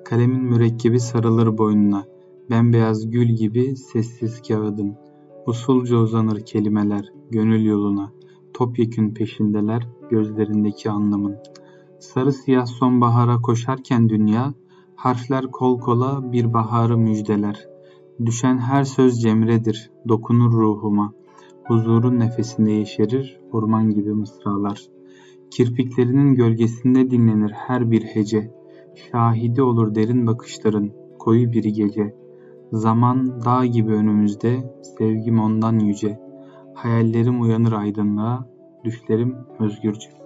Kalemin mürekkebi sarılır boynuna, bembeyaz gül gibi sessiz kağıdın. Usulca uzanır kelimeler gönül yoluna, topyekün peşindeler gözlerindeki anlamın. Sarı siyah sonbahara koşarken dünya, harfler kol kola bir baharı müjdeler. Düşen her söz cemredir, dokunur ruhuma. Huzurun nefesinde yeşerir orman gibi mısralar. Kirpiklerinin gölgesinde dinlenir her bir hece. Şahidi olur derin bakışların, koyu bir gece. Zaman dağ gibi önümüzde, sevgim ondan yüce. Hayallerim uyanır aydınlığa, düşlerim özgürce.